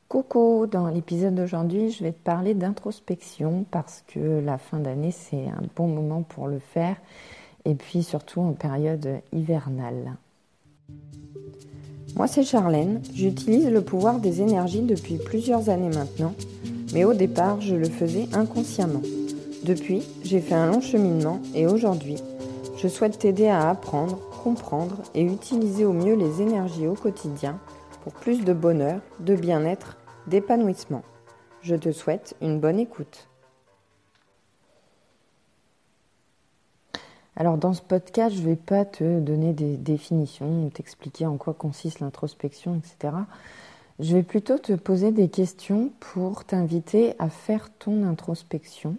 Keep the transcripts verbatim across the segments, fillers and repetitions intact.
Coucou, dans l'épisode d'aujourd'hui, je vais te parler d'introspection parce que la fin d'année, c'est un bon moment pour le faire et puis surtout en période hivernale. Moi, c'est Charlène. J'utilise le pouvoir des énergies depuis plusieurs années maintenant, mais au départ, je le faisais inconsciemment. Depuis, j'ai fait un long cheminement et aujourd'hui, je souhaite t'aider à apprendre, comprendre et utiliser au mieux les énergies au quotidien pour plus de bonheur, de bien-être, d'épanouissement. Je te souhaite une bonne écoute. Alors dans ce podcast, je ne vais pas te donner des définitions, t'expliquer en quoi consiste l'introspection, et cetera. Je vais plutôt te poser des questions pour t'inviter à faire ton introspection.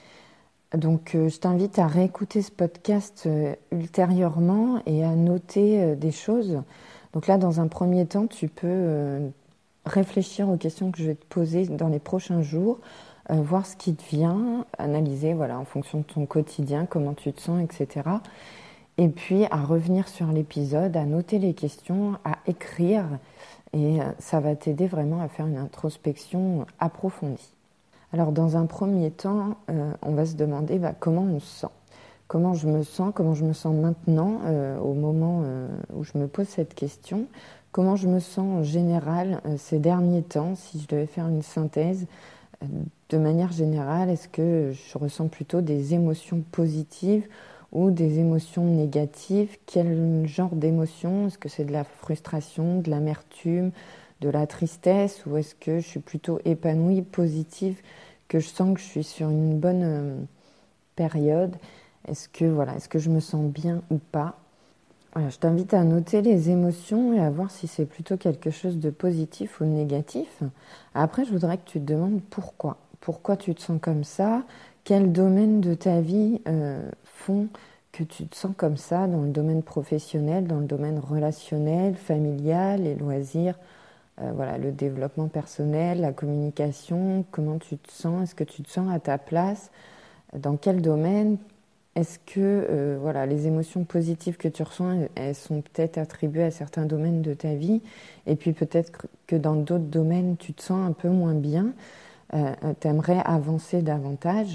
Donc euh, je t'invite à réécouter ce podcast euh, ultérieurement et à noter euh, des choses. Donc là, dans un premier temps, tu peux euh, réfléchir aux questions que je vais te poser dans les prochains jours, euh, voir ce qui te vient, analyser voilà, en fonction de ton quotidien, comment tu te sens, et cetera. Et puis à revenir sur l'épisode, à noter les questions, à écrire. Et euh, ça va t'aider vraiment à faire une introspection approfondie. Alors dans un premier temps, euh, on va se demander bah, comment on se sent. Comment je me sens, comment je me sens maintenant, euh, au moment euh, où je me pose cette question. Comment je me sens en général euh, ces derniers temps, si je devais faire une synthèse. Euh, de manière générale, est-ce que je ressens plutôt des émotions positives ou des émotions négatives? Quel genre d'émotions? Est-ce que c'est de la frustration, de l'amertume, de la tristesse, ou est-ce que je suis plutôt épanouie, positive, que je sens que je suis sur une bonne euh, période? Est-ce que, voilà, est-ce que je me sens bien ou pas? Voilà, je t'invite à noter les émotions et à voir si c'est plutôt quelque chose de positif ou de négatif. Après, je voudrais que tu te demandes pourquoi. Pourquoi tu te sens comme ça? Quels domaines de ta vie euh, font que tu te sens comme ça, dans le domaine professionnel, dans le domaine relationnel, familial, les loisirs, euh, voilà, le développement personnel, la communication? Comment tu te sens? Est-ce que tu te sens à ta place? Dans quel domaine? Est-ce que euh, voilà, les émotions positives que tu ressens, elles, elles sont peut-être attribuées à certains domaines de ta vie, et puis peut-être que dans d'autres domaines, tu te sens un peu moins bien, euh, tu aimerais avancer davantage.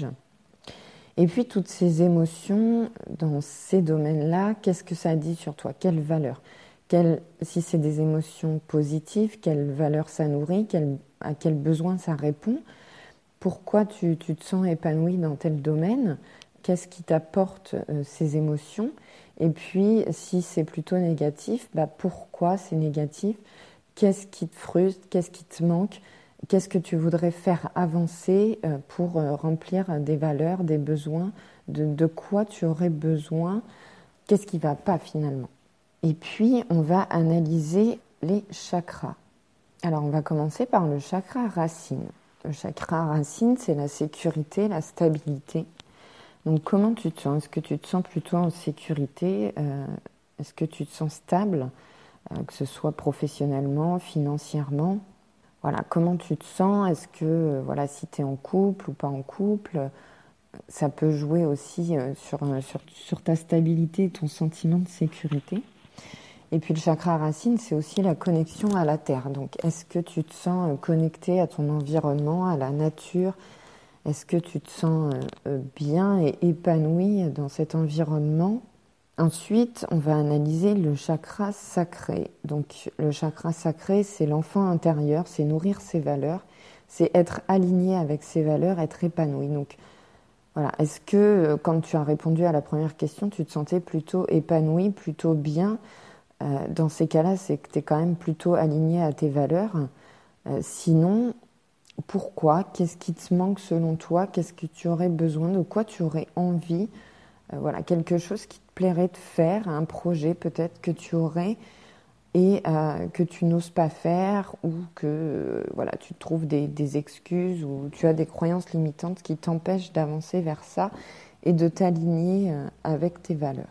Et puis toutes ces émotions, dans ces domaines-là, qu'est-ce que ça dit sur toi? Quelle valeur? Quelle, si c'est des émotions positives, quelle valeur ça nourrit? Quel, à quel besoin ça répond? Pourquoi tu, tu te sens épanoui dans tel domaine? Qu'est-ce qui t'apporte euh, ces émotions? Et puis, si c'est plutôt négatif, bah pourquoi c'est négatif? Qu'est-ce qui te frustre? Qu'est-ce qui te manque? Qu'est-ce que tu voudrais faire avancer euh, pour euh, remplir des valeurs, des besoins? De, de quoi tu aurais besoin? Qu'est-ce qui ne va pas finalement? Et puis, on va analyser les chakras. Alors, on va commencer par le chakra racine. Le chakra racine, c'est la sécurité, la stabilité. Donc, comment tu te sens? Est-ce que tu te sens plutôt en sécurité? euh, Est-ce que tu te sens stable, euh, que ce soit professionnellement, financièrement? Voilà, comment tu te sens? Est-ce que, euh, voilà, si tu es en couple ou pas en couple, ça peut jouer aussi euh, sur, euh, sur, sur ta stabilité, ton sentiment de sécurité. Et puis le chakra racine, c'est aussi la connexion à la terre. Donc, est-ce que tu te sens euh, connecté à ton environnement, à la nature? Est-ce que tu te sens euh, bien et épanoui dans cet environnement? Ensuite, on va analyser le chakra sacré. Donc, le chakra sacré, c'est l'enfant intérieur, c'est nourrir ses valeurs, c'est être aligné avec ses valeurs, être épanoui. Donc, voilà. Est-ce que, quand tu as répondu à la première question, tu te sentais plutôt épanoui, plutôt bien? Euh, dans ces cas-là, c'est que tu es quand même plutôt aligné à tes valeurs. Euh, sinon, pourquoi? Qu'est-ce qui te manque selon toi? Qu'est-ce que tu aurais besoin? De quoi tu aurais envie? Euh, voilà, quelque chose qui te plairait de faire, un projet peut-être que tu aurais et euh, que tu n'oses pas faire, ou que euh, voilà, tu trouves des, des excuses, ou tu as des croyances limitantes qui t'empêchent d'avancer vers ça et de t'aligner euh, avec tes valeurs.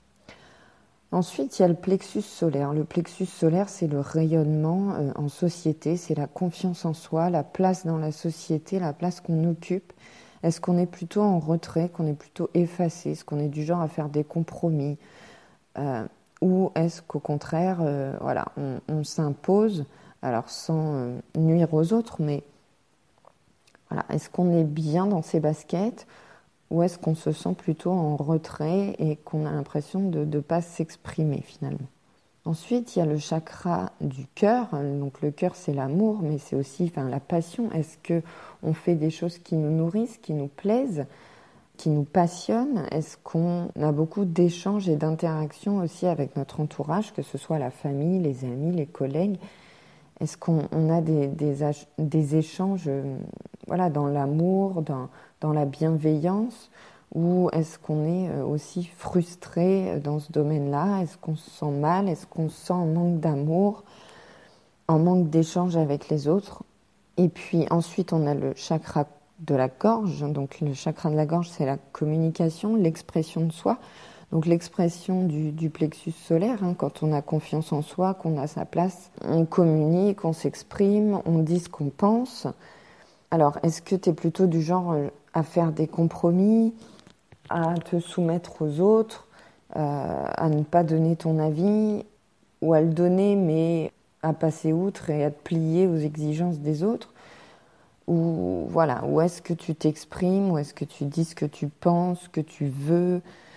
Ensuite, il y a le plexus solaire. Le plexus solaire, c'est le rayonnement euh, en société, c'est la confiance en soi, la place dans la société, la place qu'on occupe. Est-ce qu'on est plutôt en retrait, qu'on est plutôt effacé? Est-ce qu'on est du genre à faire des compromis? euh, Ou est-ce qu'au contraire, euh, voilà, on, on s'impose alors sans euh, nuire aux autres, mais voilà, est-ce qu'on est bien dans ses baskets ou est-ce qu'on se sent plutôt en retrait et qu'on a l'impression de ne pas s'exprimer finalement? Ensuite, il y a le chakra du cœur. Donc le cœur, c'est l'amour, mais c'est aussi enfin, la passion. Est-ce qu'on fait des choses qui nous nourrissent, qui nous plaisent, qui nous passionnent? Est-ce qu'on a beaucoup d'échanges et d'interactions aussi avec notre entourage, que ce soit la famille, les amis, les collègues? Est-ce qu'on on a des, des, des échanges euh, voilà, dans l'amour, dans, dans la bienveillance? Ou est-ce qu'on est aussi frustré dans ce domaine-là? Est-ce qu'on se sent mal? Est-ce qu'on se sent en manque d'amour, en manque d'échange avec les autres? Et puis ensuite, on a le chakra de la gorge. Donc le chakra de la gorge, c'est la communication, l'expression de soi. Donc l'expression du, du plexus solaire, hein, quand on a confiance en soi, qu'on a sa place, on communique, on s'exprime, on dit ce qu'on pense. Alors, est-ce que tu es plutôt du genre à faire des compromis, à te soumettre aux autres, euh, à ne pas donner ton avis, ou à le donner mais à passer outre et à te plier aux exigences des autres? Ou voilà, ou est-ce que tu t'exprimes, ou est-ce que tu dis ce que tu penses, ce que tu veux?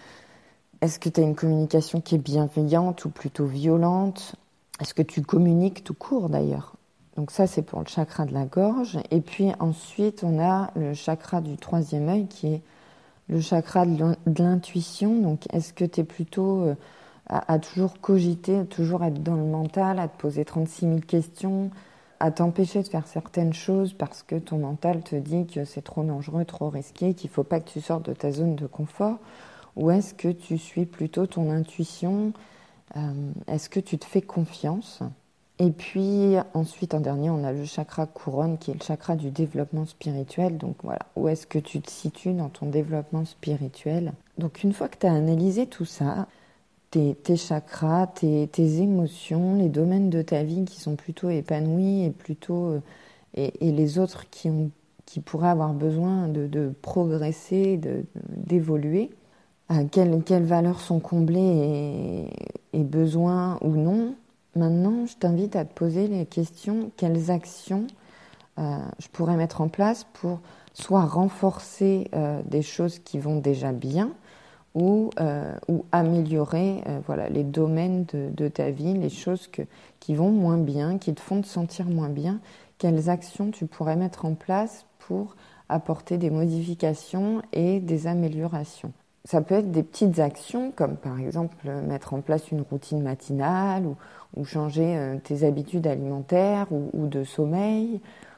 Est-ce que tu as une communication qui est bienveillante ou plutôt violente? Est-ce que tu communiques tout court d'ailleurs? Donc ça, c'est pour le chakra de la gorge. Et puis ensuite, on a le chakra du troisième œil qui est le chakra de l'intuition. Donc est-ce que tu es plutôt à, à toujours cogiter, à toujours être dans le mental, à te poser trente-six mille questions, à t'empêcher de faire certaines choses parce que ton mental te dit que c'est trop dangereux, trop risqué, qu'il ne faut pas que tu sortes de ta zone de confort? Ou est-ce que tu suis plutôt ton intuition? euh, Est-ce que tu te fais confiance? Et puis ensuite, en dernier, on a le chakra couronne qui est le chakra du développement spirituel. Donc voilà, où est-ce que tu te situes dans ton développement spirituel? Donc une fois que tu as analysé tout ça, tes, tes chakras, tes, tes émotions, les domaines de ta vie qui sont plutôt épanouis et, plutôt, et, et les autres qui, ont, qui pourraient avoir besoin de, de progresser, de, d'évoluer, Euh, quelles, quelles valeurs sont comblées et, et besoins ou non. Maintenant, je t'invite à te poser les questions, quelles actions euh, je pourrais mettre en place pour soit renforcer euh, des choses qui vont déjà bien ou, euh, ou améliorer euh, voilà, les domaines de, de ta vie, les choses que, qui vont moins bien, qui te font te sentir moins bien. Quelles actions tu pourrais mettre en place pour apporter des modifications et des améliorations? Ça peut être des petites actions, comme par exemple mettre en place une routine matinale ou, ou changer euh, tes habitudes alimentaires ou, ou de sommeil,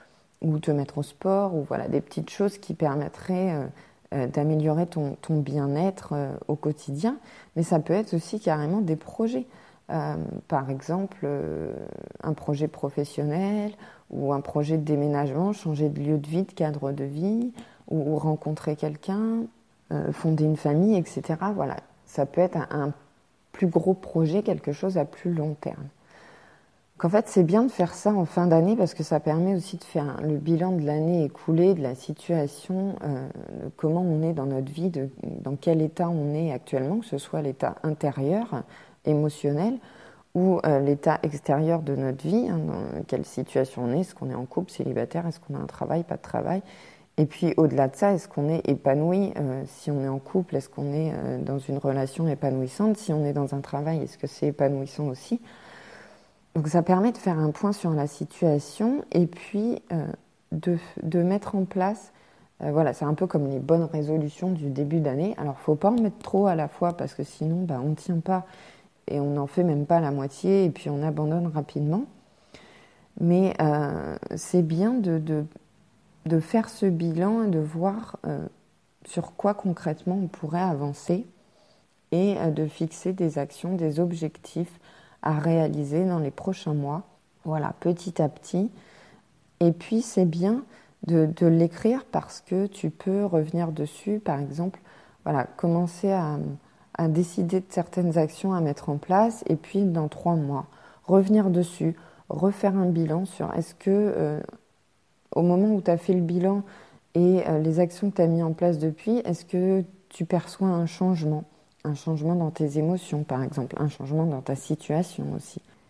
ou te mettre au sport, ou voilà, des petites choses qui permettraient euh, euh, d'améliorer ton, ton bien-être euh, au quotidien. Mais ça peut être aussi carrément des projets. Euh, par exemple, euh, un projet professionnel ou un projet de déménagement, changer de lieu de vie, de cadre de vie, ou, ou rencontrer quelqu'un, Euh, fonder une famille, et cetera. Voilà, ça peut être un, un plus gros projet, quelque chose à plus long terme. Donc en fait, c'est bien de faire ça en fin d'année parce que ça permet aussi de faire un, le bilan de l'année écoulée, de la situation, euh, de comment on est dans notre vie, de, dans quel état on est actuellement, que ce soit l'état intérieur, émotionnel, ou euh, l'état extérieur de notre vie, hein, dans quelle situation on est, est-ce qu'on est en couple, célibataire, est-ce qu'on a un travail, pas de travail. Et puis, au-delà de ça, est-ce qu'on est épanoui euh, si on est en couple? Est-ce qu'on est euh, dans une relation épanouissante? Si on est dans un travail, est-ce que c'est épanouissant aussi? Donc, ça permet de faire un point sur la situation et puis euh, de, de mettre en place... Euh, voilà, c'est un peu comme les bonnes résolutions du début d'année. Alors, il ne faut pas en mettre trop à la fois parce que sinon, bah, on ne tient pas et on n'en fait même pas la moitié et puis on abandonne rapidement. Mais euh, c'est bien de... de de faire ce bilan et de voir euh, sur quoi concrètement on pourrait avancer et euh, de fixer des actions, des objectifs à réaliser dans les prochains mois, voilà, petit à petit. Et puis c'est bien de, de l'écrire parce que tu peux revenir dessus, par exemple, voilà, commencer à, à décider de certaines actions à mettre en place et puis dans trois mois, revenir dessus, refaire un bilan sur est-ce que... Euh, au moment où tu as fait le bilan et euh, les actions que tu as mises en place depuis, est-ce que tu perçois un changement? Un changement dans tes émotions, par exemple, un changement dans ta situation aussi.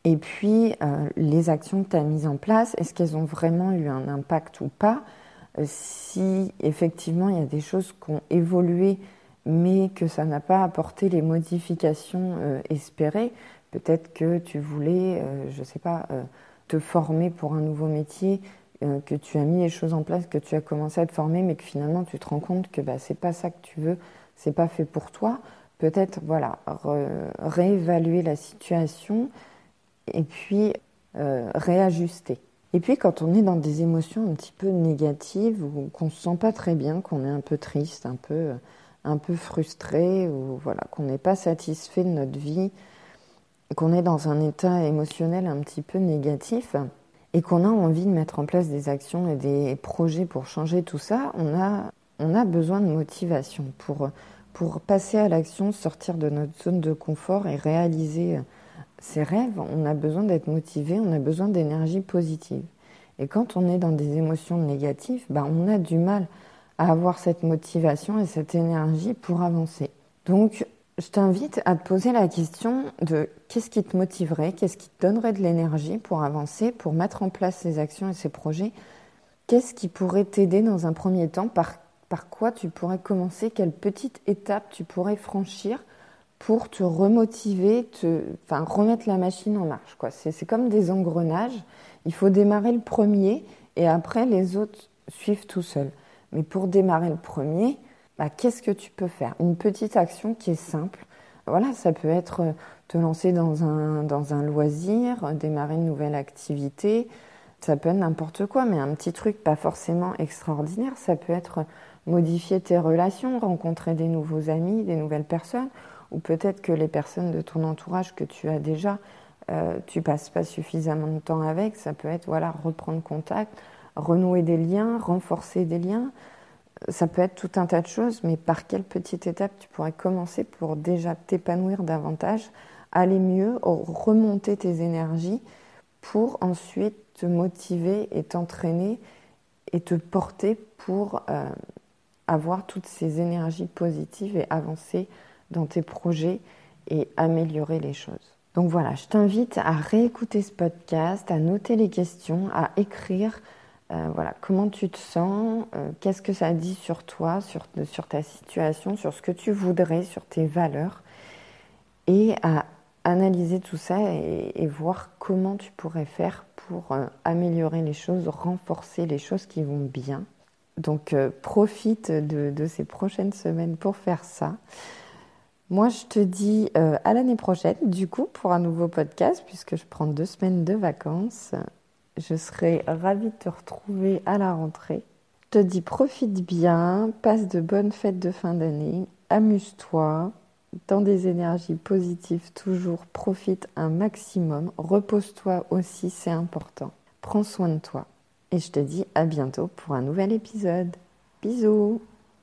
Et puis, euh, les actions que tu as mises en place, est-ce qu'elles ont vraiment eu un impact ou pas ? euh, Si effectivement, il y a des choses qui ont évolué, mais que ça n'a pas apporté les modifications euh, espérées, peut-être que tu voulais, euh, je ne sais pas, euh, te former pour un nouveau métier, euh, que tu as mis les choses en place, que tu as commencé à te former, mais que finalement, tu te rends compte que bah, ce n'est pas ça que tu veux, ce n'est pas fait pour toi. Peut-être, voilà, re- réévaluer la situation et puis euh, réajuster. Et puis quand on est dans des émotions un petit peu négatives ou qu'on ne se sent pas très bien, qu'on est un peu triste, un peu, un peu frustré ou voilà, qu'on n'est pas satisfait de notre vie, qu'on est dans un état émotionnel un petit peu négatif et qu'on a envie de mettre en place des actions et des projets pour changer tout ça, on a, on a besoin de motivation pour, pour passer à l'action, sortir de notre zone de confort et réaliser ces rêves. On a besoin d'être motivé, on a besoin d'énergie positive. Et quand on est dans des émotions négatives, bah, on a du mal à avoir cette motivation et cette énergie pour avancer. Donc, je t'invite à te poser la question de qu'est-ce qui te motiverait, qu'est-ce qui te donnerait de l'énergie pour avancer, pour mettre en place ces actions et ces projets. Qu'est-ce qui pourrait t'aider dans un premier temps, par, par quoi tu pourrais commencer, quelle petite étape tu pourrais franchir pour te remotiver, te, enfin, remettre la machine en marche, quoi. C'est, c'est comme des engrenages. Il faut démarrer le premier et après les autres suivent tout seuls. Mais pour démarrer le premier, bah, qu'est-ce que tu peux faire ? Une petite action qui est simple. Voilà, ça peut être te lancer dans un, dans un loisir, démarrer une nouvelle activité. Ça peut être n'importe quoi, mais un petit truc pas forcément extraordinaire. Ça peut être modifier tes relations, rencontrer des nouveaux amis, des nouvelles personnes. Ou peut-être que les personnes de ton entourage que tu as déjà, euh, tu passes pas suffisamment de temps avec. Ça peut être voilà, reprendre contact, renouer des liens, renforcer des liens. Ça peut être tout un tas de choses, mais par quelle petite étape tu pourrais commencer pour déjà t'épanouir davantage, aller mieux, remonter tes énergies pour ensuite te motiver et t'entraîner et te porter pour euh, avoir toutes ces énergies positives et avancer dans tes projets et améliorer les choses. Donc voilà, je t'invite à réécouter ce podcast, à noter les questions, à écrire euh, voilà, comment tu te sens, euh, qu'est-ce que ça dit sur toi, sur, sur ta situation, sur ce que tu voudrais, sur tes valeurs, et à analyser tout ça et, et voir comment tu pourrais faire pour euh, améliorer les choses, renforcer les choses qui vont bien. Donc euh, profite de, de ces prochaines semaines pour faire ça. Moi, je te dis euh, à l'année prochaine, du coup, pour un nouveau podcast, puisque je prends deux semaines de vacances. Je serai ravie de te retrouver à la rentrée. Je te dis profite bien, passe de bonnes fêtes de fin d'année, amuse-toi, dans des énergies positives toujours, profite un maximum, repose-toi aussi, c'est important. Prends soin de toi. Et je te dis à bientôt pour un nouvel épisode. Bisous!